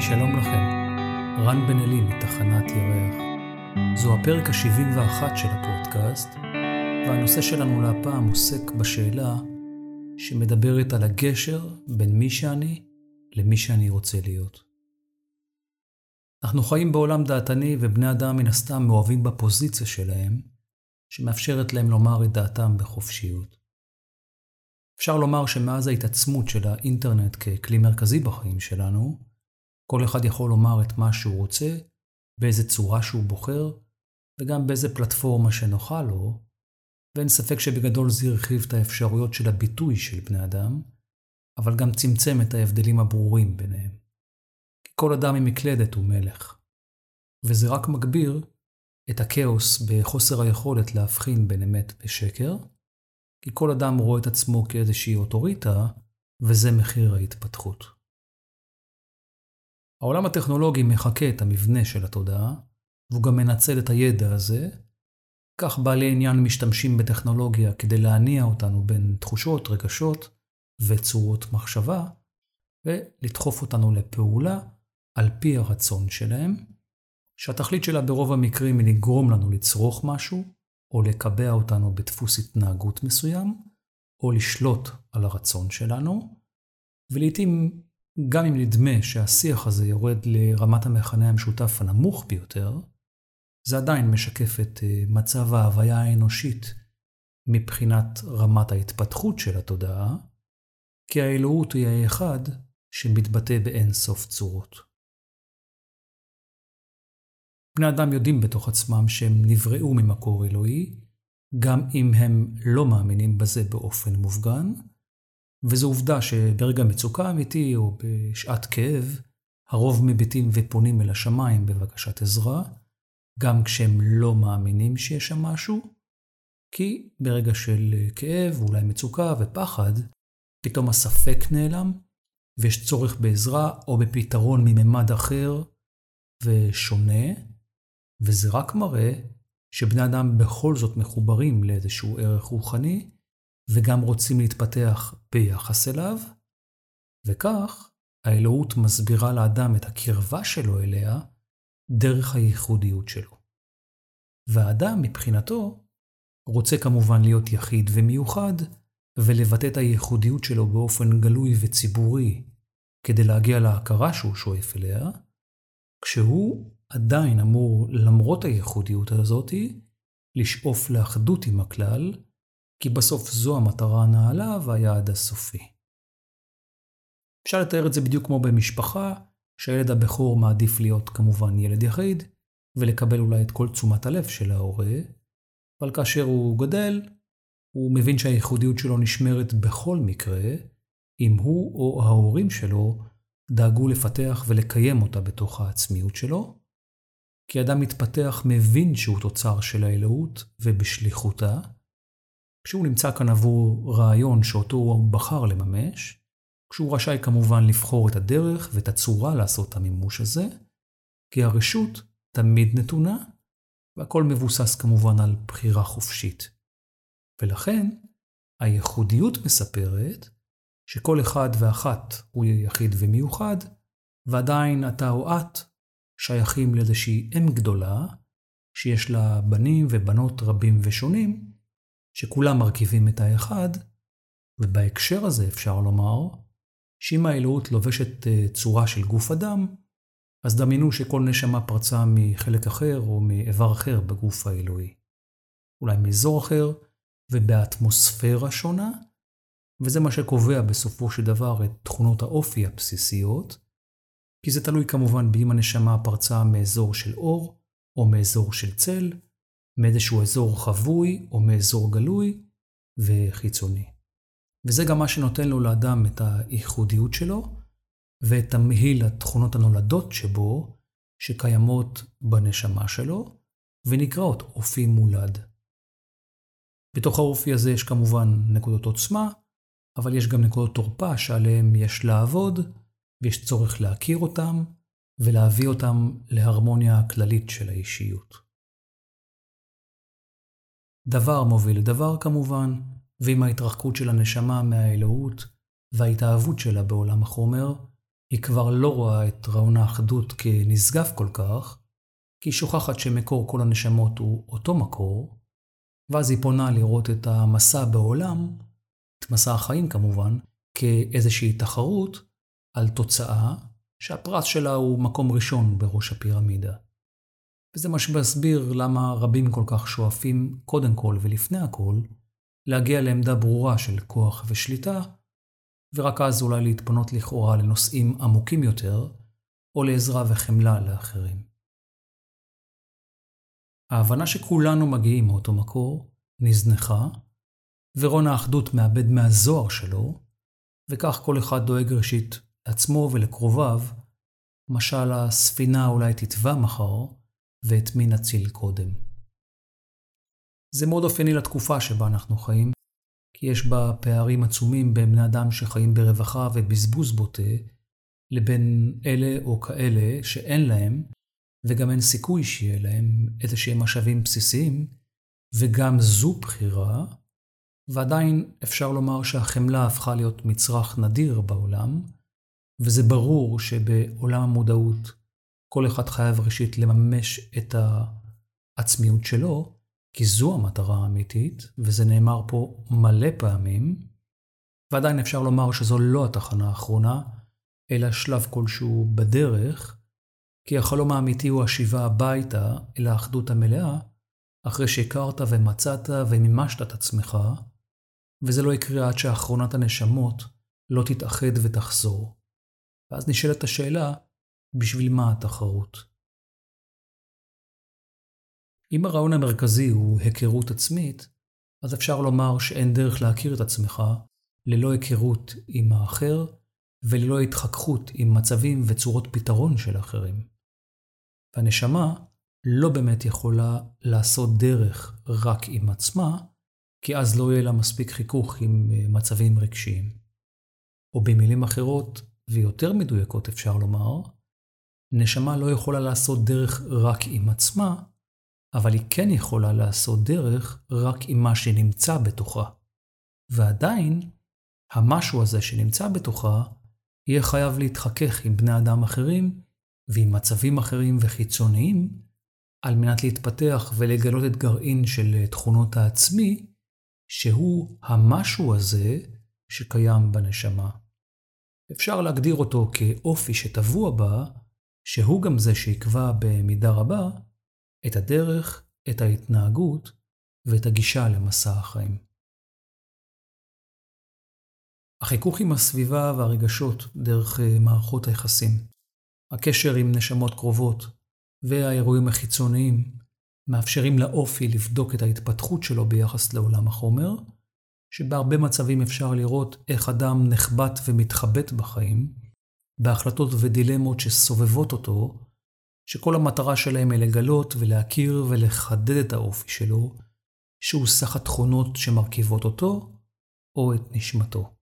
שלום לכם, רן בן אלי מתחנת ירח. זו הפרק ה-71 של הפודקאסט, והנושא שלנו להפעם עוסק בשאלה שמדברת על הגשר בין מי שאני למי שאני רוצה להיות. אנחנו חיים בעולם דעתני, ובני אדם מן הסתם מאוהבים בפוזיציה שלהם, שמאפשרת להם לומר את דעתם בחופשיות. אפשר לומר שמאז ההתעצמות של האינטרנט ככלי מרכזי בחיים שלנו, כל אחד יכול לומר את מה שהוא רוצה, באיזה צורה שהוא בוחר, וגם באיזה פלטפורמה שנוחה לו, ואין ספק שבגדול זה הרחיב את האפשרויות של הביטוי של בני אדם, אבל גם צמצם את ההבדלים הברורים ביניהם. כי כל אדם עם מקלדת הוא מלך, וזה רק מגביר את הכאוס בחוסר היכולת להבחין בין אמת ושקר, כי כל אדם רואה את עצמו כאיזושהי אוטוריטה, וזה מחיר ההתפתחות. העולם הטכנולוגי מחקה את המבנה של התודעה, והוא גם מנצל את הידע הזה. כך בעלי עניין משתמשים בטכנולוגיה כדי להניע אותנו בין תחושות, רגשות וצורות מחשבה, ולדחוף אותנו לפעולה על פי הרצון שלהם, שהתכלית שלה ברוב המקרים היא לגרום לנו לצרוך משהו, או לקבע אותנו בדפוס התנהגות מסוים, או לשלוט על הרצון שלנו, ולעיתים גם אם נדמה שהשיח הזה יורד לרמת המכנה המשותף הנמוך ביותר, זה עדיין משקף את מצב ההוויה האנושית מבחינת רמת ההתפתחות של התודעה, כי האלוהות היא האחד שמתבטא באין סוף צורות. בני אדם יודעים בתוך עצמם שהם נבראו ממקור אלוהי, גם אם הם לא מאמינים בזה באופן מופגן, וזו עובדה שברגע מצוקה אמיתי או בשעת כאב, הרוב מביטים ופונים אל השמיים בבקשת עזרה, גם כשהם לא מאמינים שיש שם משהו, כי ברגע של כאב, אולי מצוקה ופחד, פתאום הספק נעלם, ויש צורך בעזרה או בפתרון מממד אחר ושונה, וזה רק מראה שבני אדם בכל זאת מחוברים לאיזשהו ערך רוחני, וגם רוצים להתפתח ביחס אליו, וכך האלוהות מסבירה לאדם את הקרבה שלו אליה דרך הייחודיות שלו. והאדם מבחינתו רוצה כמובן להיות יחיד ומיוחד, ולבטא את הייחודיות שלו באופן גלוי וציבורי, כדי להגיע להכרה שהוא שואף אליה, כשהוא עדיין אמור, למרות הייחודיות הזאת, לשאוף לאחדות עם הכלל, כי בסוף זו המטרה הנעלה והיעד הסופי. אפשר לתאר את זה בדיוק כמו במשפחה, שהילד הבכור מעדיף להיות כמובן ילד יחיד, ולקבל אולי את כל תשומת הלב של ההורה, אבל כאשר הוא גדל, הוא מבין שהייחודיות שלו נשמרת בכל מקרה, אם הוא או ההורים שלו דאגו לפתח ולקיים אותה בתוך העצמיות שלו, כי אדם מתפתח מבין שהוא תוצר של האלוהות ובשליחותה, כשהוא נמצא כאן עבור רעיון שאותו הוא בחר לממש, כשהוא רשאי כמובן לבחור את הדרך ואת הצורה לעשות את המימוש הזה, כי הרשות תמיד נתונה, והכל מבוסס כמובן על בחירה חופשית. ולכן, הייחודיות מספרת שכל אחד ואחת הוא יחיד ומיוחד, ועדיין אתה או את שייכים לאיזושהי אם גדולה, שיש לה בנים ובנות רבים ושונים, שכולם מרכיבים את האחד, ובהקשר הזה אפשר לומר, שאם האלוהות לובשת צורה של גוף אדם, אז דמיינו שכל נשמה פרצה מחלק אחר או מאיבר אחר בגוף האלוהי. אולי מאזור אחר ובאטמוספירה שונה, וזה מה שקובע בסופו של דבר את תכונות האופי הבסיסיות, כי זה תלוי כמובן באם הנשמה פרצה מאזור של אור או מאזור של צל, מאיזשהו אזור חבוי או מאזור גלוי וחיצוני. וזה גם מה שנותן לו לאדם את הייחודיות שלו, ואת תמהיל התכונות הנולדות שבו, שקיימות בנשמה שלו, ונקראות אופי מולד. בתוך האופי הזה יש כמובן נקודות עוצמה, אבל יש גם נקודות תורפה שעליהם יש לעבוד, ויש צורך להכיר אותם, ולהביא אותם להרמוניה הכללית של האישיות. דבר מוביל לדבר כמובן, ועם ההתרחקות של הנשמה מהאלוהות וההתאהבות שלה בעולם החומר, היא כבר לא רואה את רעיון האחדות כנשגב כל כך, כי היא שוכחת שמקור כל הנשמות הוא אותו מקור, ואז היא פונה לראות את המסע בעולם, את מסע החיים כמובן, כאיזושהי תחרות על תוצאה שהפרס שלה הוא מקום ראשון בראש הפירמידה. וזה מה שמסביר למה רבים כל כך שואפים קודם כל ולפני הכל להגיע לעמדה ברורה של כוח ושליטה, ורק אז אולי להתפנות לכאורה לנושאים עמוקים יותר, או לעזרה וחמלה לאחרים. ההבנה שכולנו מגיעים מאותו מקור נזנחה, ורון האחדות מאבד מהזוהר שלו, וכך כל אחד דואג ראשית לעצמו ולקרוביו, משל הספינה אולי תטבע מחר, ואת מי נציל קודם. זה מאוד אופייני לתקופה שבה אנחנו חיים, כי יש בה פערים עצומים בין בני אדם שחיים ברווחה ובזבוז בוטה, לבין אלה או כאלה שאין להם, וגם אין סיכוי שיהיה להם איזשהם משאבים בסיסיים, וגם זו בחירה, ועדיין אפשר לומר שהחמלה הפכה להיות מצרך נדיר בעולם, וזה ברור שבעולם המודעות כל אחד חייב ראשית לממש את העצמיות שלו, כי זו המטרה האמיתית, וזה נאמר פה מלא פעמים, ועדיין אפשר לומר שזו לא התחנה האחרונה, אלא שלב כלשהו בדרך, כי החלום האמיתי הוא השיבה הביתה אל האחדות המלאה, אחרי שהכרת ומצאת ומימשת את עצמך, וזה לא יקרה עד שאחרונת הנשמות לא תתאחד ותחזור. ואז נשאלת השאלה, בשביל מה התחרות? אם הרעיון המרכזי הוא היכרות עצמית, אז אפשר לומר שאין דרך להכיר את עצמך ללא היכרות עם האחר, וללא התחככות עם מצבים וצורות פתרון של אחרים. והנשמה לא באמת יכולה לעשות דרך רק עם עצמה, כי אז לא יהיה לה מספיק חיכוך עם מצבים רגשיים. או במילים אחרות ויותר מדויקות אפשר לומר, נשמה לא יכולה לעשות דרך רק עם עצמה, אבל היא כן יכולה לעשות דרך רק עם מה שנמצא בתוכה. ועדיין, המשהו הזה שנמצא בתוכה, יהיה חייב להתחכך עם בני אדם אחרים, ועם מצבים אחרים וחיצוניים, על מנת להתפתח ולגלות את גרעין של תכונות העצמי, שהוא המשהו הזה שקיים בנשמה. אפשר להגדיר אותו כאופי שטבוע בה, שהוא גם זה שיקבע במידה רבה את הדרך, את ההתנהגות ואת הגישה למסע החיים. החיכוך עם הסביבה והרגשות דרך מערכות היחסים, הקשר עם נשמות קרובות והאירועים החיצוניים מאפשרים לאופי לבדוק את ההתפתחות שלו ביחס לעולם החומר, שבהרבה מצבים אפשר לראות איך אדם נחבט ומתחבט בחיים, בהחלטות ודילמות שסובבות אותו, שכל המטרה שלהם היא לגלות ולהכיר ולחדד את האופי שלו, שהוא סך התכונות שמרכיבות אותו או את נשמתו.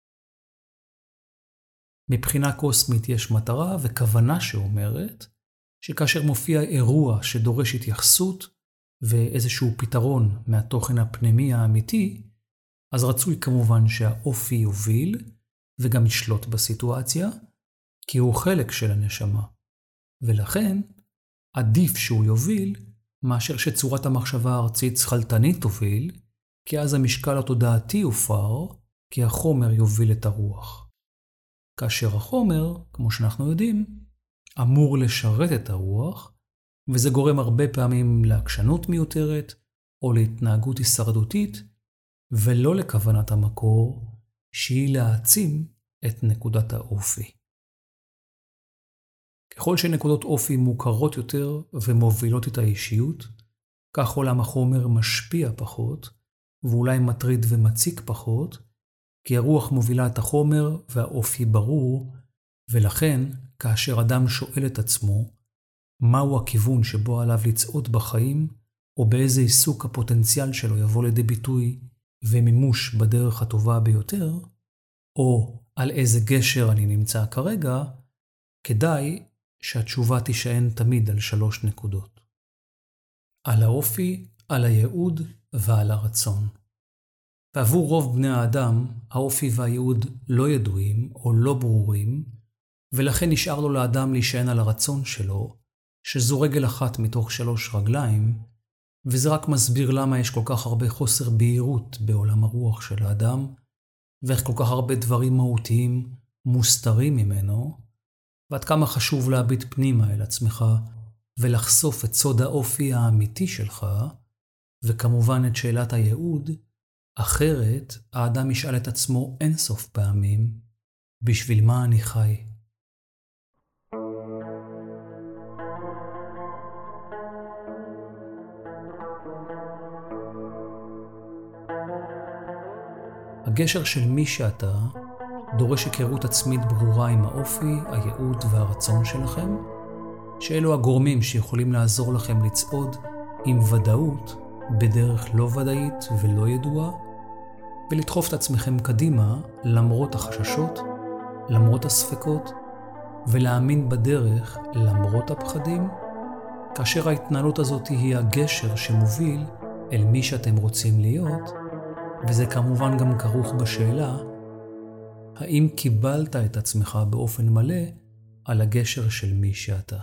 מבחינה קוסמית יש מטרה וכוונה שאומרת שכאשר מופיע אירוע שדורש התייחסות ואיזשהו פתרון מהתוכן הפנימי האמיתי, אז רצוי כמובן שהאופי יוביל וגם ישלוט בסיטואציה, כי הוא חלק של הנשמה. ולכן עדיף שהוא יוביל מאשר שצורת המחשבה הארצית שכלתנית תוביל, כי אז המשקל התודעתי יופר, כי החומר יוביל את הרוח. כאשר החומר, כמו שאנחנו יודעים, אמור לשרת את הרוח, וזה גורם הרבה פעמים לעקשנות מיותרת, או להתנהגות הישרדותית, ולא לכוונת המקור, שהיא להעצים את נקודת האופי. ככל שנקודות אופי מוכרות יותר ומובילות את האישיות, כך עולם החומר משפיע פחות, ואולי מטריד ומציק פחות, כי הרוח מובילה את החומר והאופי ברור, ולכן כאשר אדם שואל את עצמו מהו הכיוון שבו עליו לצעוד בחיים, או באיזה עיסוק הפוטנציאל שלו יבוא לידי ביטוי ומימוש בדרך הטובה ביותר, או על איזה גשר אני נמצא כרגע, כדאי שהתשובה תישען תמיד על 3 נקודות. על האופי, על הייעוד ועל הרצון. ועבור רוב בני האדם, האופי והייעוד לא ידועים או לא ברורים, ולכן נשאר לו לאדם להישען על הרצון שלו, שזו רגל אחת מתוך 3 רגליים, וזה רק מסביר למה יש כל כך הרבה חוסר בהירות בעולם הרוח של האדם, ואיך כל כך הרבה דברים מהותיים מוסתרים ממנו, ועד כמה חשוב להביט פנימה אל עצמך, ולחשוף את סוד האופי האמיתי שלך, וכמובן את שאלת הייעוד, אחרת האדם ישאל את עצמו אינסוף פעמים, בשביל מה אני חי? הגשר של מי שאתה דורש היכרות עצמית ברורה עם האופי, הייעוד והרצון שלכם, שאלו הגורמים שיכולים לעזור לכם לצעוד עם ודאות בדרך לא ודאית ולא ידועה, ולדחוף את עצמכם קדימה למרות החששות, למרות הספקות, ולהאמין בדרך למרות הפחדים, כאשר ההתנהלות הזאת היא הגשר שמוביל אל מי שאתם רוצים להיות, וזה כמובן גם כרוך בשאלה, האם קיבלת את עצמך באופן מלא על הגשר של מי שאתה?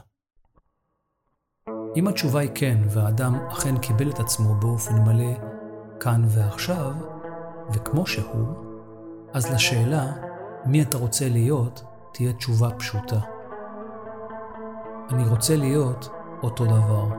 אם התשובה היא כן, והאדם אכן קיבל את עצמו באופן מלא כאן ועכשיו, וכמו שהוא, אז לשאלה, מי אתה רוצה להיות, תהיה תשובה פשוטה. אני רוצה להיות אותו דבר.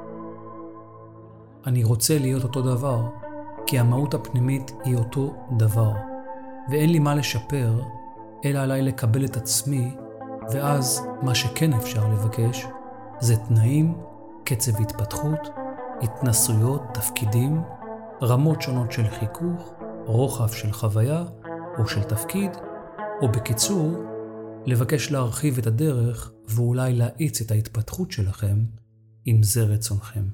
אני רוצה להיות אותו דבר, כי המהות הפנימית היא אותו דבר, ואין לי מה לשפר, אלא עליי לקבל את עצמי, ואז מה שכן אפשר לבקש, זה תנאים, קצב התפתחות, התנסויות, תפקידים, רמות שונות של חיכוך, רוחב של חוויה או של תפקיד, או בקיצור, לבקש להרחיב את הדרך ואולי להאיץ את ההתפתחות שלכם, אם זה רצונכם.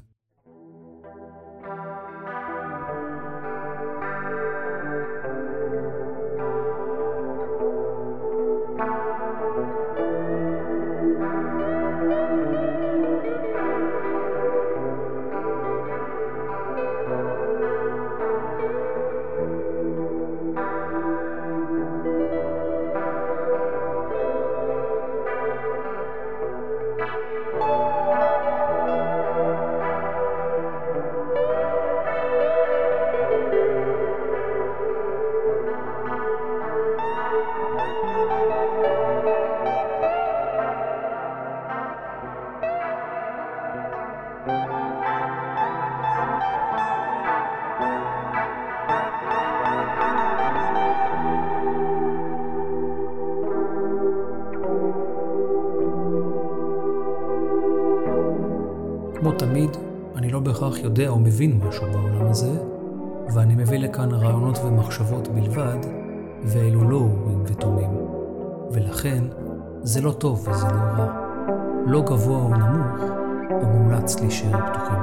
כמו תמיד, אני לא בהכרח יודע או מבין משהו בעולם הזה, ואני מביא לכאן רעיונות ומחשבות בלבד, ואלו לא אורים ותומים. ולכן, זה לא טוב וזה לא רע. לא גבוה או נמוך, ומומלץ להישאר פתוחים.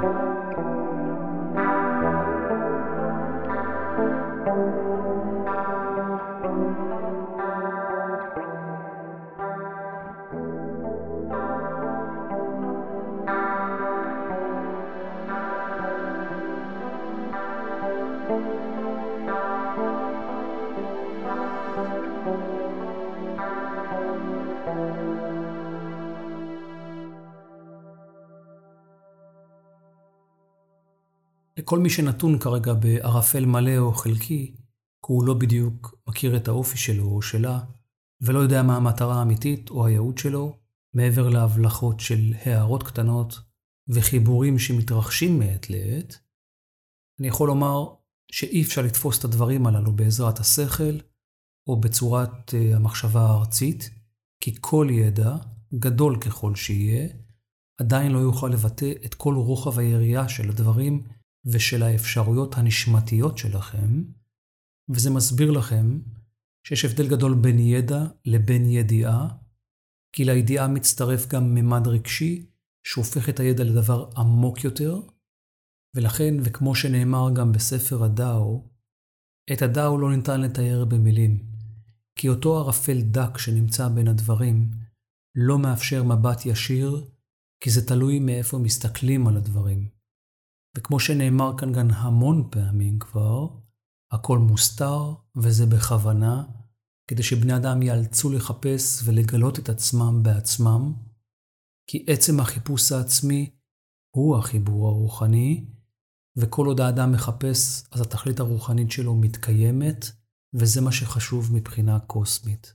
לכל מי שנתון כרגע בערפל מלא או חלקי, כי הוא לא בדיוק מכיר את האופי שלו או שלה, ולא יודע מה המטרה האמיתית או הייעוד שלו, מעבר להבלחות של הערות קטנות וחיבורים שמתרחשים מעת לעת, אני יכול לומר שאי אפשר לתפוס את הדברים הללו בעזרת השכל או בצורת המחשבה הארצית, כי כל ידע, גדול ככל שיהיה, עדיין לא יוכל לבטא את כל רוחב היריעה של הדברים ושל האפשרויות הנשמתיות שלכם, וזה מסביר לכם שיש הבדל גדול בין ידע לבין ידיעה, כי לידיעה מצטרף גם ממד רגשי שהופך את הידע לדבר עמוק יותר, ולכן, וכמו שנאמר גם בספר הדאו, את הדאו לא ניתן לתאר במילים, כי אותו ערפל דק שנמצא בין הדברים לא מאפשר מבט ישיר, כי זה תלוי מאיפה מסתכלים על הדברים. וכמו שנאמר כאן גם המון פעמים כבר, הכל מוסתר וזה בכוונה, כדי שבני אדם ייאלצו לחפש ולגלות את עצמם בעצמם, כי עצם החיפוש העצמי הוא החיבור הרוחני, וכל עוד האדם מחפש, אז התכלית הרוחנית שלו מתקיימת, וזה מה שחשוב מבחינה קוסמית.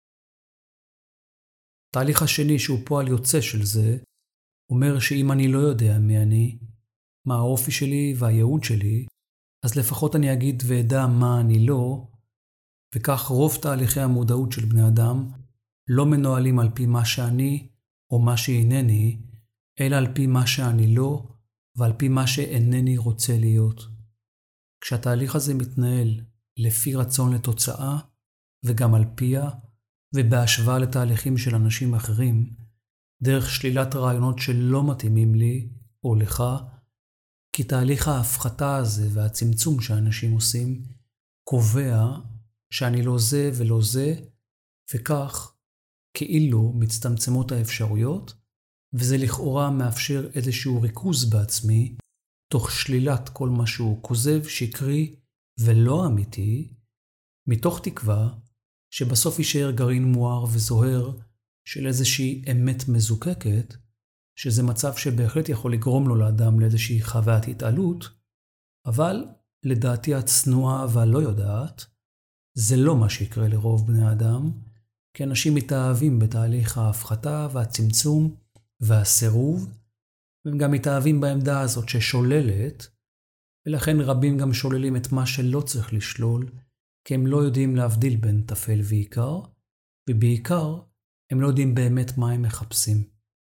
התהליך השני שהוא פועל יוצא של זה, אומר שאם אני לא יודע מי אני, מה האופי שלי והייעוד שלי, אז לפחות אני אגיד וידע מה אני לא, וכך רוב תהליכי המודעות של בני אדם לא מנוהלים על פי מה שאני או מה שאינני, אלא על פי מה שאני לא ועל פי מה שאינני רוצה להיות. כשהתהליך הזה מתנהל לפי רצון לתוצאה וגם על פיה ובהשוואה לתהליכים של אנשים אחרים, דרך שלילת רעיונות שלא מתאימים לי או לך, כי תהליך ההפחתה הזה והצמצום שאנשים עושים קובע שאני לא זה ולא זה, וכך כאילו מצטמצמות האפשרויות, וזה לכאורה מאפשר איזשהו ריכוז בעצמי, תוך שלילת כל משהו כוזב, שקרי ולא אמיתי, מתוך תקווה שבסוף יישאר גרעין מואר וזוהר של איזושהי אמת מזוקקת, שזה מצב שבהחלט יכול לגרום לו לאדם לאיזושהי חוויית התעלות, אבל לדעתי הצנועה והלא יודעת, זה לא מה שיקרה לרוב בני האדם, כי אנשים מתאהבים בתהליך ההפחתה והצמצום והסירוב, והם גם מתאהבים בעמדה הזאת ששוללת, ולכן רבים גם שוללים את מה שלא צריך לשלול, כי הם לא יודעים להבדיל בין טפל ועיקר, ובעיקר הם לא יודעים באמת מה הם מחפשים.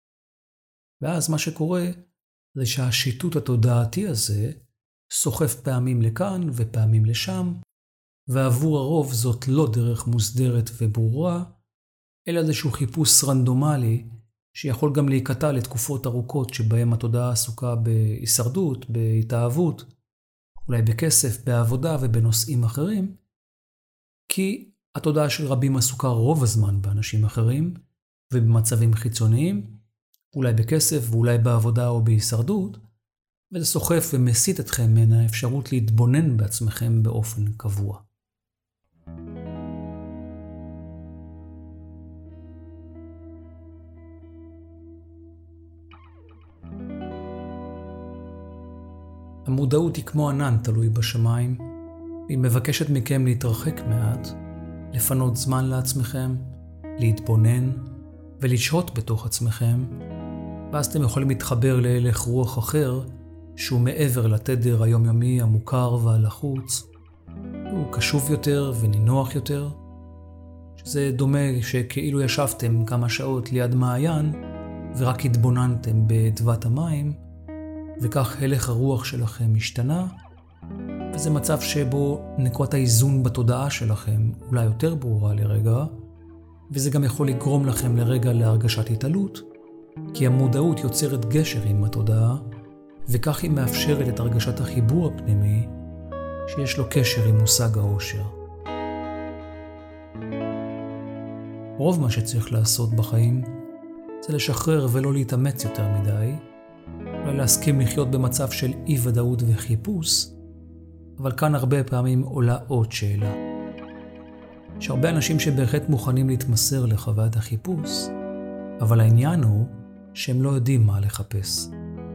ואז מה שקורה זה שהשיטוט התודעתי הזה סוחף פעמים לכאן ופעמים לשם, ועבור הרוב זאת לא דרך מוסדרת וברורה, אלא איזשהו חיפוש רנדומלי שיכול גם להיקטע לתקופות ארוכות שבהם התודעה עסוקה בהישרדות, בהתאהבות, אולי בכסף, בעבודה ובנושאים אחרים, כי התודעה של רבים עסוקה רוב הזמן באנשים אחרים ובמצבים חיצוניים, אולי בכסף ואולי בעבודה או בהישרדות, וזה סוחף ומסיט אתכם מן האפשרות להתבונן בעצמכם באופן קבוע. המודעות היא כמו ענן תלוי בשמיים, והיא מבקשת מכם להתרחק מעט, לפנות זמן לעצמכם, להתבונן ולשהות בתוך עצמכם, ואז אתם יכולים להתחבר להלך רוח אחר, שהוא מעבר לתדר היומיומי המוכר והלחוץ, הוא קשוב יותר ונינוח יותר, שזה דומה שכאילו ישבתם כמה שעות ליד מעיין, ורק התבוננתם בדבת המים, וכך הלך הרוח שלכם השתנה, וזה מצב שבו נקודת האיזון בתודעה שלכם אולי יותר ברורה לרגע, וזה גם יכול לגרום לכם לרגע להרגשת התעלות, כי המודעות יוצרת גשר עם התודעה, וכך היא מאפשרת את הרגשת החיבור הפנימי, שיש לו קשר עם מושג האושר. רוב מה שצריך לעשות בחיים, זה לשחרר ולא להתאמץ יותר מדי, אולי להסכים לחיות במצב של אי-ודאות וחיפוש, אבל כאן הרבה פעמים עולה עוד שאלה. יש הרבה אנשים שבהחלט מוכנים להתמסר לחוויית החיפוש, אבל העניין הוא שהם לא יודעים מה לחפש.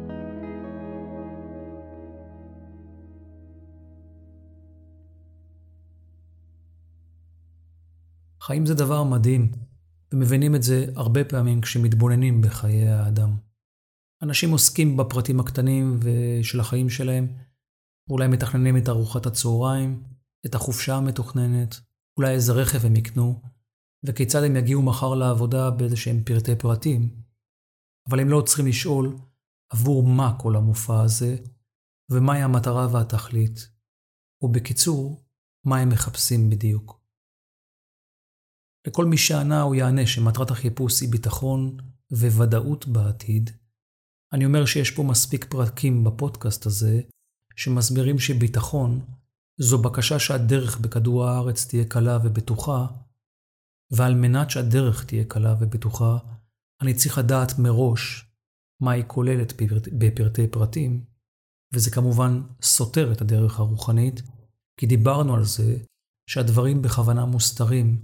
חיים זה דבר מדהים, ומבינים את זה הרבה פעמים כשמתבוננים בחיי האדם. אנשים עוסקים בפרטים הקטנים של החיים שלהם, אולי מתכננים את ארוחת הצהריים, את החופשה המתוכננת, אולי איזה רכב הם יקנו, וכיצד הם יגיעו מחר לעבודה באיזשהם פרטי פרטים. אבל הם לא צריכים לשאול עבור מה כל המופע הזה, ומהי המטרה והתכלית, ובקיצור, מה הם מחפשים בדיוק. לכל מי שענה הוא יענה שמטרת החיפוש היא ביטחון וודאות בעתיד. אני אומר שיש פה מספיק פרקים בפודקאסט הזה, שמסבירים שביטחון זו בקשה שהדרך בכדור הארץ תהיה קלה ובטוחה, ועל מנת שהדרך תהיה קלה ובטוחה, אני צריך לדעת מראש מה היא כוללת בפרטי פרטים, וזה כמובן סותר את הדרך הרוחנית, כי דיברנו על זה שהדברים בכוונה מוסתרים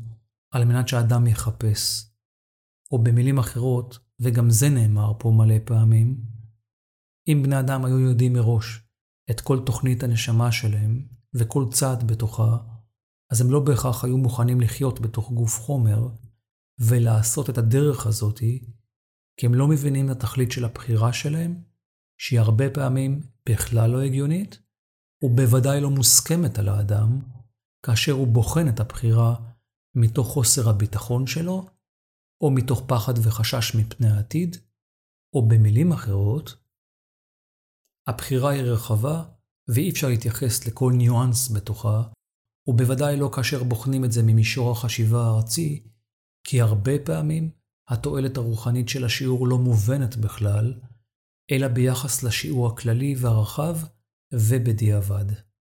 על מנת שהאדם יחפש. או במילים אחרות, וגם זה נאמר פה מלא פעמים, אם בני אדם היו יודעים מראש את כל תוכנית הנשמה שלהם וכל צעד בתוכה, אז הם לא בהכרח היו מוכנים לחיות בתוך גוף חומר ולעשות את הדרך הזאת, כי הם לא מבינים את התכלית של הבחירה שלהם, שהיא הרבה פעמים בכלל לא הגיונית, ובוודאי לא מוסכמת על האדם, כאשר הוא בוחן את הבחירה מתוך חוסר הביטחון שלו, או מתוך פחד וחשש מפני העתיד, או במילים אחרות, הבחירה היא רחבה, ואי אפשר להתייחס לכל ניואנס בתוכה, ובוודאי לא כאשר בוחנים את זה ממישור החשיבה הארצי, כי הרבה פעמים התועלת הרוחנית של השיעור לא מובנת בכלל, אלא ביחס לשיעור הכללי והרחב ובדיעבד.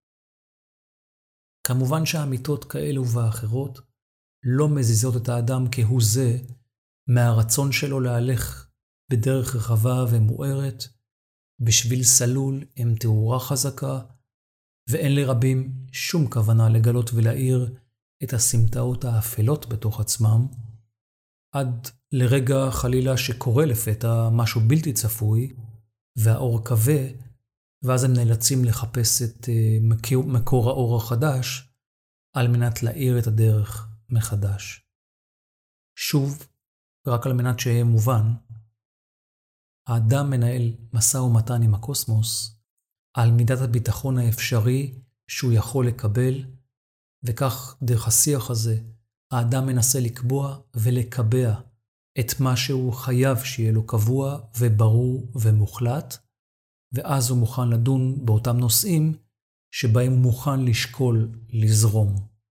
כמובן שהאמיתות כאלו ואחרות לא מזיזות את האדם כהוא זה מהרצון שלו להלך בדרך רחבה ומוארת, בשביל סלול עם תאורה חזקה, ואין לרבים שום כוונה לגלות ולהאיר את הסמטאות האפלות בתוך עצמם, עד לרגע חלילה שקורה לפתע משהו בלתי צפוי, והאור כבה, ואז הם נאלצים לחפש את מקור האור החדש, על מנת להאיר את הדרך מחדש. שוב, רק על מנת שיהיה מובן, האדם מנהל משא ומתן עם הקוסמוס על מידת הביטחון האפשרי שהוא יכול לקבל, וכך דרך השיח הזה האדם מנסה לקבוע ולקבע את מה שהוא חייב שיהיה לו קבוע וברור ומוחלט, ואז הוא מוכן לדון באותם נושאים שבהם הוא מוכן לשקול לזרום.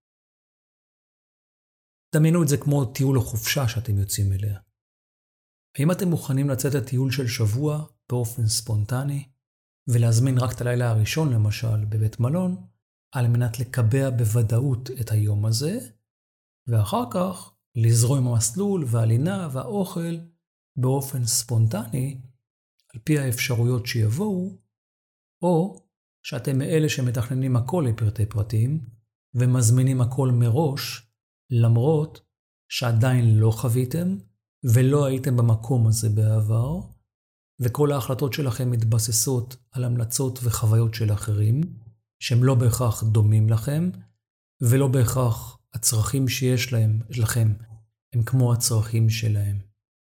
דמיינו את זה כמו טיול או חופשה שאתם יוצאים אליה. האם אתם מוכנים לצאת לטיול של שבוע באופן ספונטני, ולהזמין רק את הלילה הראשון למשל בבית מלון, על מנת לקבע בוודאות את היום הזה, ואחר כך לזרום עם המסלול והלינה והאוכל באופן ספונטני, על פי האפשרויות שיבואו, או שאתם מאלה שמתכננים הכל לפרטי פרטים, ומזמינים הכל מראש, למרות שעדיין לא חוויתם, ולא הייתם במקום הזה בעבר, וכל ההחלטות שלכם מתבססות על המלצות וחוויות של אחרים, שהם לא בהכרח דומים לכם, ולא בהכרח הצרכים שיש לכם הם כמו הצרכים שלהם.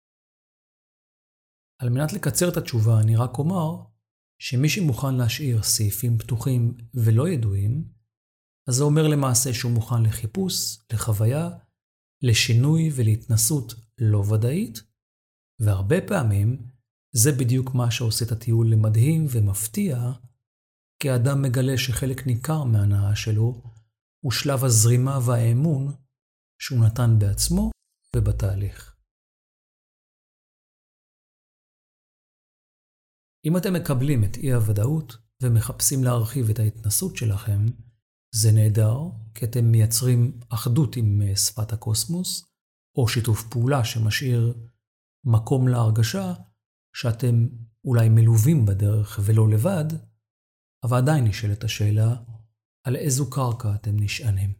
על מנת לקצר את התשובה אני רק אומר, שמי שמוכן להשאיר סעיפים פתוחים ולא ידועים, אז זה אומר למעשה שהוא מוכן לחיפוש, לחוויה, לשינוי ולהתנסות לא ודאית, והרבה פעמים זה בדיוק מה שעושה את הטיול למדהים ומפתיע, כי האדם מגלה שחלק ניכר מההנאה שלו הוא שלב הזרימה והאמון שהוא נתן בעצמו ובתהליך. אם אתם מקבלים את אי הוודאות ומחפשים להרחיב את ההתנסות שלכם, זה נהדר, כי אתם מייצרים אחדות עם שפת הקוסמוס, או שיתוף פעולה שמשאיר מקום להרגשה שאתם אולי מלווים בדרך ולא לבד, אבל עדיין נשאלת השאלה על איזו קרקע אתם נשענים.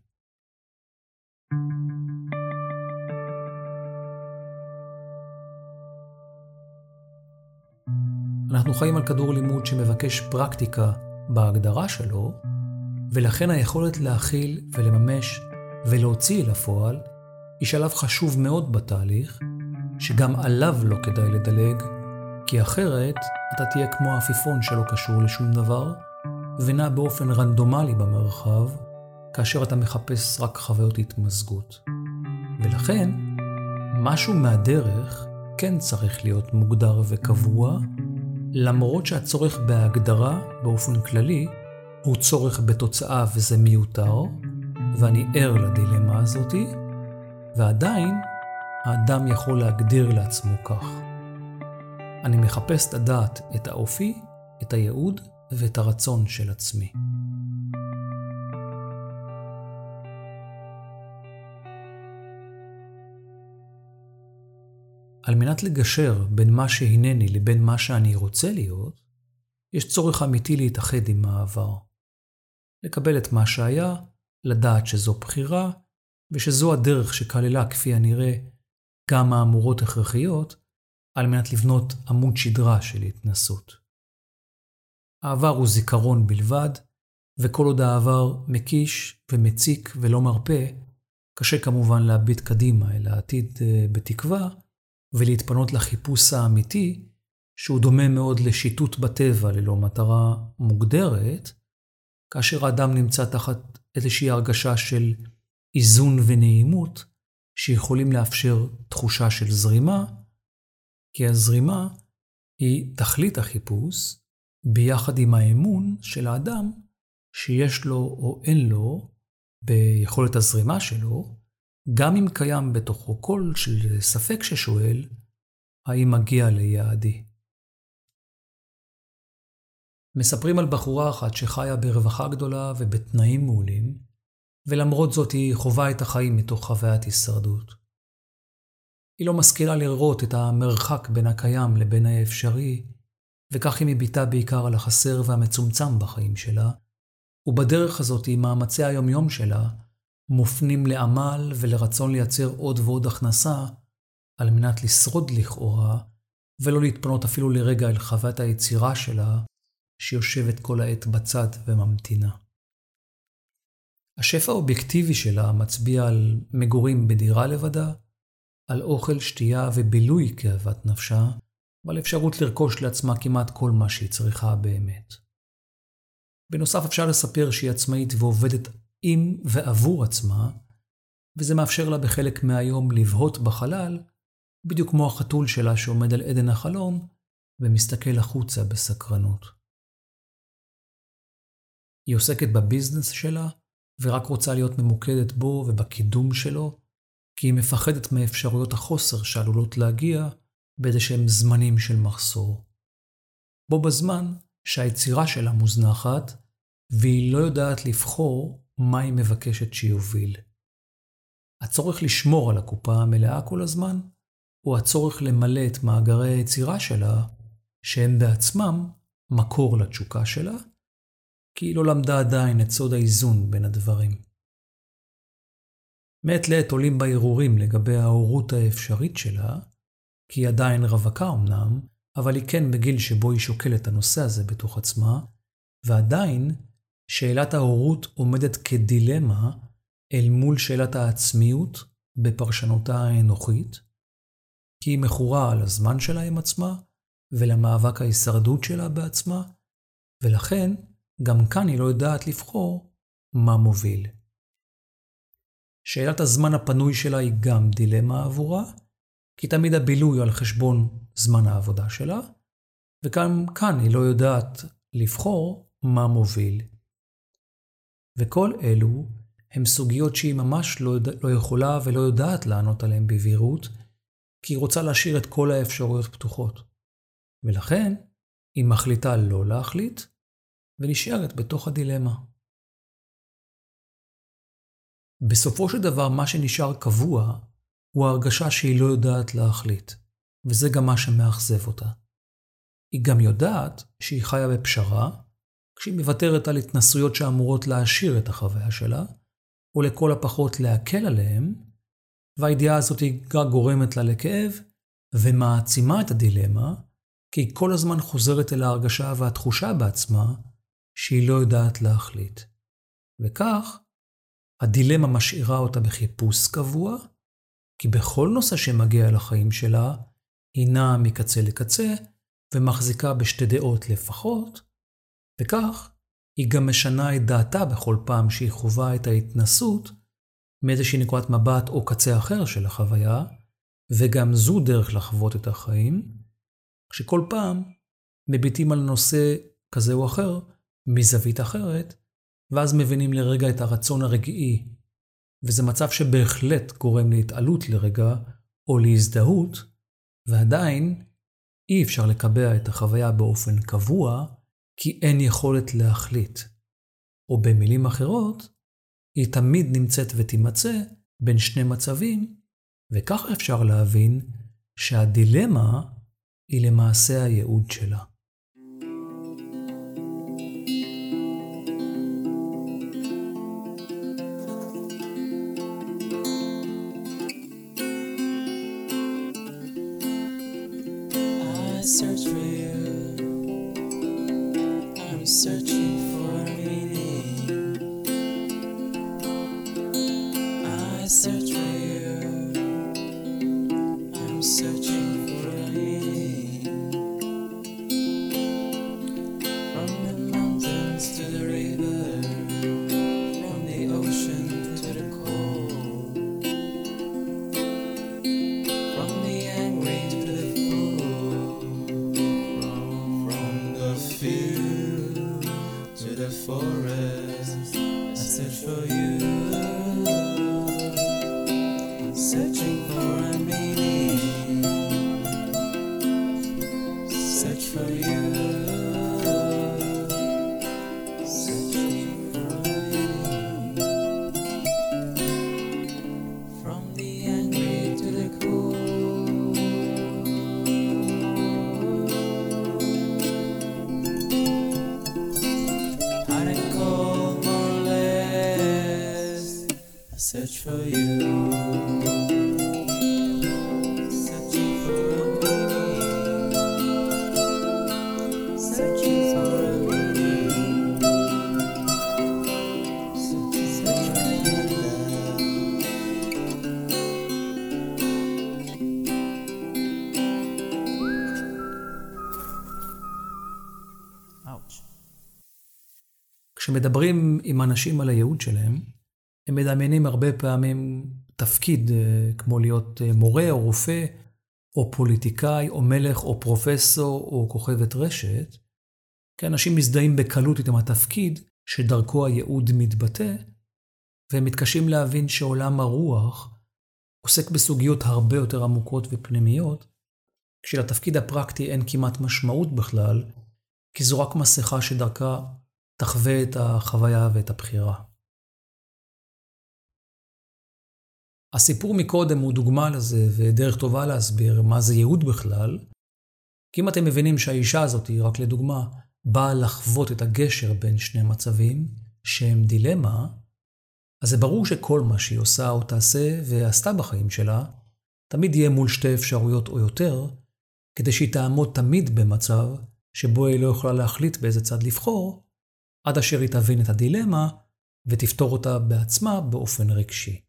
אנחנו חיים על כדור לימוד שמבקש פרקטיקה בהגדרה שלו, ולכן היכולת להכיל ולממש ולהוציא אל הפועל היא שלב חשוב מאוד בתהליך, שגם עליו לא כדאי לדלג, כי אחרת אתה תהיה כמו עפיפון שלא קשור לשום דבר, ונע באופן רנדומלי במרחב, כאשר אתה מחפש רק חוויות התמזגות. ולכן, משהו מהדרך כן צריך להיות מוגדר וקבוע, למרות שהצורך בהגדרה באופן כללי הוא צורך בתוצאה וזה מיותר, ואני ער לדילמה הזאת, ועדיין האדם יכול להגדיר לעצמו כך. אני מחפש לדעת את האופי, את הייעוד ואת הרצון של עצמי. על מנת לגשר בין מה שהינני לבין מה שאני רוצה להיות, יש צורך אמיתי להתאחד עם העבר. לקבל את מה שהיה, לדעת שזו בחירה, ושזו הדרך שכללה כפי הנראה גם מהמורות הכרחיות על מנת לבנות עמוד שדרה של התנסות. העבר הוא זיכרון בלבד, וכל עוד העבר מקיש ומציק ולא מרפא, קשה כמובן להביט קדימה אל העתיד בתקווה ולהתפנות לחיפוש האמיתי, שהוא דומה מאוד לשיטוט בטבע ללא מטרה מוגדרת, כאשר האדם נמצא תחת איזושהי הרגשה של איזון ונעימות, שיכולים לאפשר תחושה של זרימה, כי הזרימה היא תכלית החיפוש, ביחד עם האמון של האדם שיש לו או אין לו ביכולת הזרימה שלו, גם אם קיים בתוכו קול של ספק ששואל, האם מגיע ליעדי. מספרים על בחורה אחת שחיה ברווחה גדולה ובתנאים מעולים, ולמרות זאת היא חווה את החיים מתוך חוויית הישרדות. היא לא משכילה לראות את המרחק בין הקיים לבין האפשרי, וכך היא מביטה בעיקר על החסר והמצומצם בחיים שלה, ובדרך הזאת מאמצי היומיום שלה מופנים לעמל ולרצון לייצר עוד ועוד הכנסה, על מנת לשרוד לכאורה, ולא להתפנות אפילו לרגע אל חוויית היצירה שלה, שיושבת כל העת בצד וממתינה. השפע האובייקטיבי שלה מצביע על מגורים בדירה לבדה, על אוכל, שתייה ובילוי כאוות נפשה, ועל אפשרות לרכוש לעצמה כמעט כל מה שהיא צריכה באמת. בנוסף אפשר לספר שהיא עצמאית ועובדת עם ועבור עצמה, וזה מאפשר לה בחלק מהיום לבהות בחלל, בדיוק כמו החתול שלה שעומד על עדן החלון ומסתכל החוצה בסקרנות. היא עוסקת בביזנס שלה ורק רוצה להיות ממוקדת בו ובקידום שלו, כי היא מפחדת מאפשרויות החוסר שעלולות להגיע באיזשהם זמנים של מחסור. בו בזמן שהיצירה שלה מוזנחת והיא לא יודעת לבחור מה היא מבקשת שיוביל. הצורך לשמור על הקופה המלאה כל הזמן, או הצורך למלא את מאגרי היצירה שלה, שהם בעצמם מקור לתשוקה שלה, כי היא לא למדה עדיין את סוד האיזון בין הדברים. מעת לעת עולים בערעורים לגבי ההורות האפשרית שלה, כי היא עדיין רווקה אמנם, אבל היא כן בגיל שבו היא שוקלת את הנושא הזה בתוך עצמה, ועדיין שאלת ההורות עומדת כדילמה אל מול שאלת העצמיות בפרשנותה האנוכית, כי היא מכורה על הזמן שלה עם עצמה ולמאבק ההישרדות שלה בעצמה, ולכן גם כאן היא לא יודעת לבחור מה מוביל. שאלת הזמן הפנוי שלה היא גם דילמה עבורה, כי תמיד הבילוי על חשבון זמן העבודה שלה, וגם כאן היא לא יודעת לבחור מה מוביל. וכל אלו הם סוגיות שהיא ממש לא יכולה ולא יודעת לענות עליהן בבהירות, כי היא רוצה להשאיר את כל האפשרויות פתוחות. ולכן היא מחליטה לא להחליט, ונשארת בתוך הדילמה. בסופו של דבר מה שנשאר קבוע הוא ההרגשה שהיא לא יודעת להחליט, וזה גם מה שמאכזב אותה. היא גם יודעת שהיא חיה בפשרה, כשהיא מוותרת על התנסויות שאמורות להעשיר את החוויה שלה, או לכל הפחות להקל עליהם, והידיעה הזאת היא גורמת לה לכאב, ומעצימה את הדילמה, כי היא כל הזמן חוזרת אל ההרגשה והתחושה בעצמה, שהיא לא יודעת להחליט. וכך, הדילמה משאירה אותה בחיפוש קבוע, כי בכל נושא שמגיע לחיים שלה, היא נעה מקצה לקצה, ומחזיקה בשתי דעות לפחות, וכך היא גם משנה את דעתה בכל פעם שהיא חווה את ההתנסות, מאיזושהי נקודת מבט או קצה אחר של החוויה, וגם זו דרך לחוות את החיים, כשכל פעם מביטים על נושא כזה או אחר, מזווית אחרת, ואז מבינים לרגע את הרצון הרגעי, וזה מצב שבהחלט גורם להתעלות לרגע או להזדהות, ועדיין אי אפשר לקבע את החוויה באופן קבוע, כי אין יכולת להחליט. או במילים אחרות, היא תמיד נמצאת ותימצא בין שני מצבים, וכך אפשר להבין שהדילמה היא למעשה הייעוד שלה. search for you. I'm searching for a meaning. I search for you. I'm searching for a meaning. From the mountains to the river, from the ocean to the cold, from the angry to the fool, from the field to the forest, I search for you. Searching for a meaning. Search for you. Searching for a meaning. From the angry to the cool. Hot and cold, more or less. I search for you. כשמדברים עם אנשים על הייעוד שלהם, הם מדמיינים הרבה פעמים תפקיד כמו להיות מורה או רופא, או פוליטיקאי, או מלך, או פרופסור, או כוכבת רשת. כי אנשים מזדהים בקלות איתם התפקיד שדרכו הייעוד מתבטא, והם מתקשים להבין שעולם הרוח עוסק בסוגיות הרבה יותר עמוקות ופנימיות, כשלתפקיד הפרקטי אין כמעט משמעות בכלל, כי זו רק מסכה שדרכה תחווה את החוויה ואת הבחירה. הסיפור מקודם הוא דוגמה לזה ודרך טובה להסביר מה זה ייעוד בכלל, כי אם אתם מבינים שהאישה הזאת היא רק לדוגמה באה לחוות את הגשר בין שני מצבים שהם דילמה, אז זה ברור שכל מה שהיא עושה או תעשה ועשתה בחיים שלה תמיד יהיה מול שתי אפשרויות או יותר, כדי שהיא תעמוד תמיד במצב שבו היא לא יכולה להחליט באיזה צד לבחור, עד אשר היא תבין את הדילמה ותפתור אותה בעצמה באופן רגשי.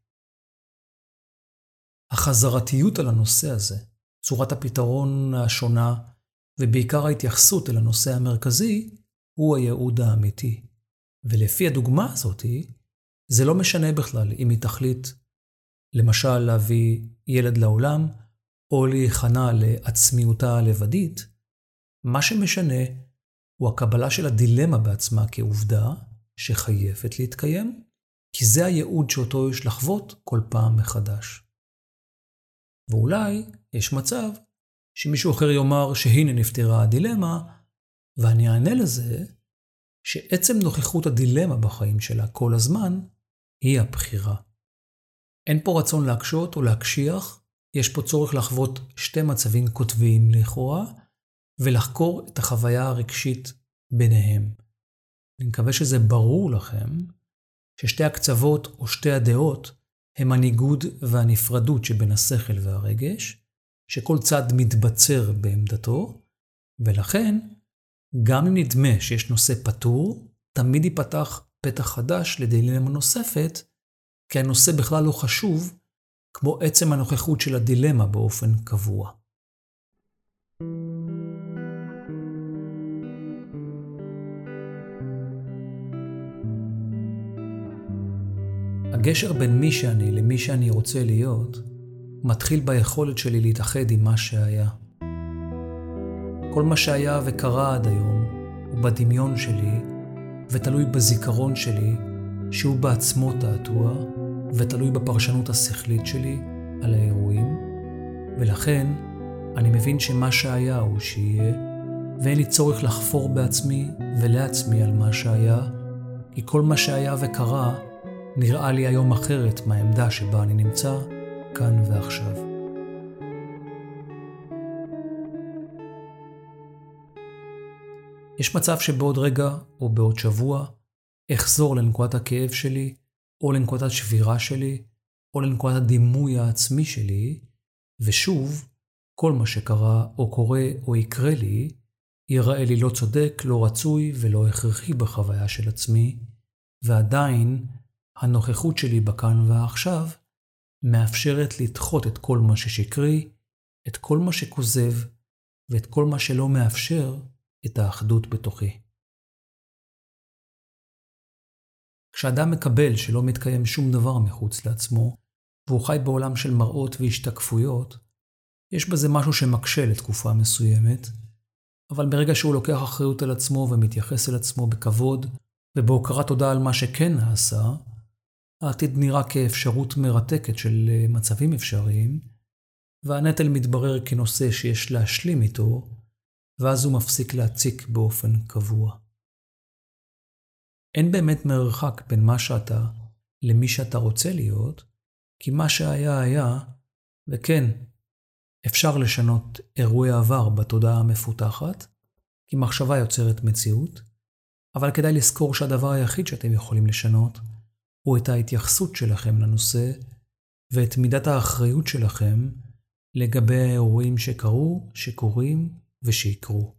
החזרתיות על הנושא הזה, צורת הפתרון השונה ובעיקר ההתייחסות אל הנושא המרכזי, הוא הייעוד האמיתי. ולפי הדוגמה הזאת, זה לא משנה בכלל אם היא תחליט, למשל להביא ילד לעולם, או להיכנע לעצמיותה הלבדית. מה שמשנה הוא הקבלה של הדילמה בעצמה כעובדה שחייבת להתקיים, כי זה הייעוד שאותו יש לחוות כל פעם מחדש. ואולי יש מצב שמישהו אחר יאמר שהנה נפתרה הדילמה, ואני אענה לזה שעצם נוכחות הדילמה בחיים שלה כל הזמן היא הבחירה. אין פה רצון להקשות או להקשיח, יש פה צורך לחוות שתי מצבים כותביים לכאורה, ולחקור את החוויה הרגשית ביניהם. אני מקווה שזה ברור לכם ששתי הקצוות או שתי הדעות הם הניגוד והנפרדות שבין השכל והרגש, שכל צד מתבצר בעמדתו, ולכן גם אם נדמה שיש נושא פתור, תמיד ייפתח פתח חדש לדילמה נוספת, כי הנושא בכלל לא חשוב, כמו עצם הנוכחות של הדילמה באופן קבוע. הגשר בין מי שאני למי שאני רוצה להיות, מתחיל ביכולת שלי להתאחד עם מה שהיה. כל מה שהיה וקרה עד היום הוא בדמיון שלי, ותלוי בזיכרון שלי, שהוא בעצמו תעתוע, ותלוי בפרשנות השכלית שלי על האירועים, ולכן אני מבין שמה שהיה הוא שיהיה, ואין לי צורך לחפור בעצמי ולעצמי על מה שהיה, כי כל מה שהיה וקרה נראה לי היום אחרת מהעמדה שבה אני נמצא, כאן ועכשיו. יש מצב שבעוד רגע או בעוד שבוע אחזור לנקודת הכאב שלי, או לנקודת שבירה שלי, או לנקודת הדימוי העצמי שלי, ושוב כל מה שקרה או קורה או יקרה לי, ייראה לי לא צודק, לא רצוי ולא הכרחי בחוויה של עצמי, ועדיין הנוכחות שלי בכאן ועכשיו מאפשרת לדחות את כל מה ששקרי, את כל מה שכוזב ואת כל מה שלא מאפשר את האחדות בתוכי. כשאדם מקבל שלא מתקיים שום דבר מחוץ לעצמו, והוא חי בעולם של מראות והשתקפויות, יש בזה משהו שמקשה לתקופה מסוימת, אבל ברגע שהוא לוקח אחריות על עצמו ומתייחס אל עצמו בכבוד, ובהוקרת תודה על מה שכן נעשה, העתיד נראה כאפשרות מרתקת של מצבים אפשריים, והנטל מתברר כנושא שיש להשלים איתו, ואז הוא מפסיק להציק באופן קבוע. אין באמת מרחק בין מה שאתה למי שאתה רוצה להיות, כי מה שהיה היה, וכן, אפשר לשנות אירועי עבר בתודעה המפותחת, כי מחשבה יוצרת מציאות, אבל כדאי לזכור שהדבר היחיד שאתם יכולים לשנות, הוא את ההתייחסות שלכם לנושא, ואת מידת האחריות שלכם לגבי האירועים שקרו, שקורים ושיקרו.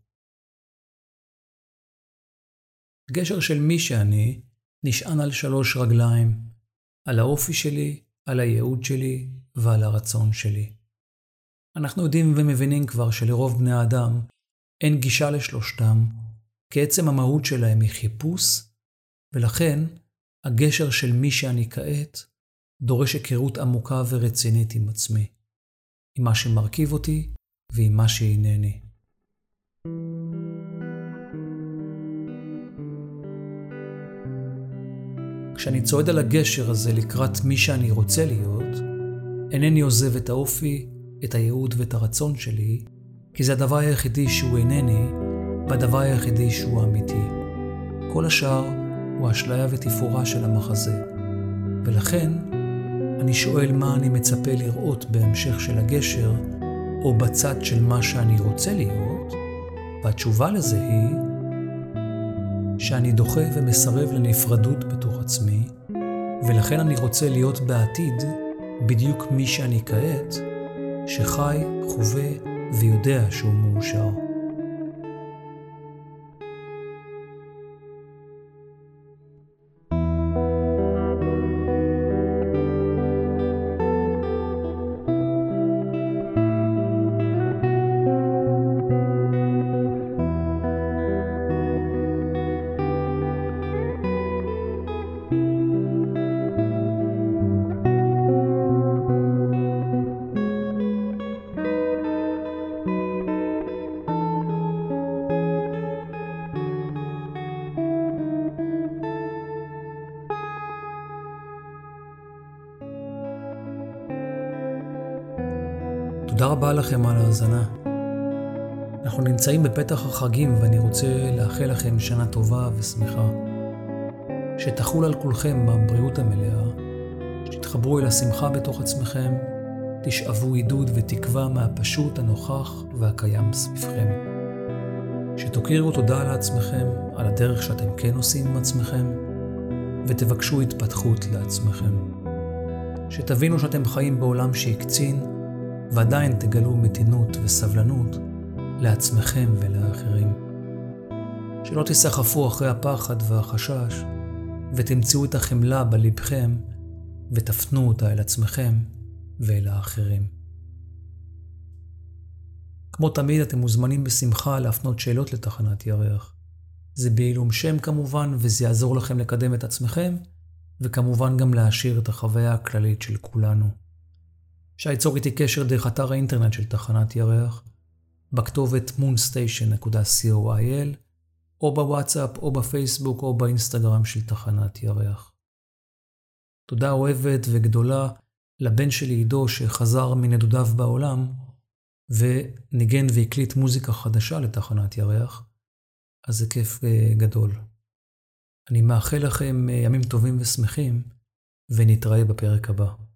גשר של מי שאני נשען על 3 רגליים, על האופי שלי, על הייעוד שלי ועל הרצון שלי. אנחנו יודעים ומבינים כבר שלרוב בני האדם אין גישה לשלושתם, כי עצם המהות שלהם היא חיפוש, ולכן הגשר של מי שאני כעת דורש היכרות עמוקה ורצינית עם עצמי, עם מה שמרכיב אותי ועם מה שאינני. כשאני צועד על הגשר הזה לקראת מי שאני רוצה להיות, אינני עוזב את האופי, את הייעוד ואת הרצון שלי, כי זה הדבר היחידי שהוא אינני, והדבר היחידי שהוא אמיתי. כל השאר הוא אשליה ותפאורה של המחזה. ולכן, אני שואל מה אני מצפה לראות בהמשך של הגשר, או בצד של מה שאני רוצה להיות, והתשובה לזה היא שאני דוחה ומסרב לנפרדות בתוך עצמי, ולכן אני רוצה להיות בעתיד בדיוק מי שאני כעת, שחי, חווה ויודע שהוא מאושר. תודה רבה לכם על ההאזנה. אנחנו נמצאים בפתח החגים ואני רוצה לאחל לכם שנה טובה ושמחה. שתחול על כולכם בבריאות המלאה, שתתחברו אל השמחה בתוך עצמכם, תשאבו עידוד ותקווה מהפשוט הנוכח והקיים סביבכם. שתכירו תודה לעצמכם על הדרך שאתם כן עושים עם עצמכם, ותבקשו התפתחות לעצמכם. שתבינו שאתם חיים בעולם שהקצין, ועדיין תגלו מתינות וסבלנות לעצמכם ולאחרים. שלא תסחפו אחרי הפחד והחשש, ותמצאו את החמלה בלבכם, ותפנו אותה אל עצמכם ואל האחרים. כמו תמיד אתם מוזמנים בשמחה להפנות שאלות לתחנת ירח. זה בעילום שם כמובן, וזה יעזור לכם לקדם את עצמכם, וכמובן גם להעשיר את החוויה הכללית של כולנו. אפשר ליצור איתי קשר דרך אתר האינטרנט של תחנת ירח, בכתובת moonstation.co.il, או בוואטסאפ, או בפייסבוק, או באינסטגרם של תחנת ירח. תודה אוהבת וגדולה לבן שלי עידו שחזר מנדודיו בעולם, וניגן והקליט מוזיקה חדשה לתחנת ירח, אז זה כיף גדול. אני מאחל לכם ימים טובים ושמחים, ונתראה בפרק הבא.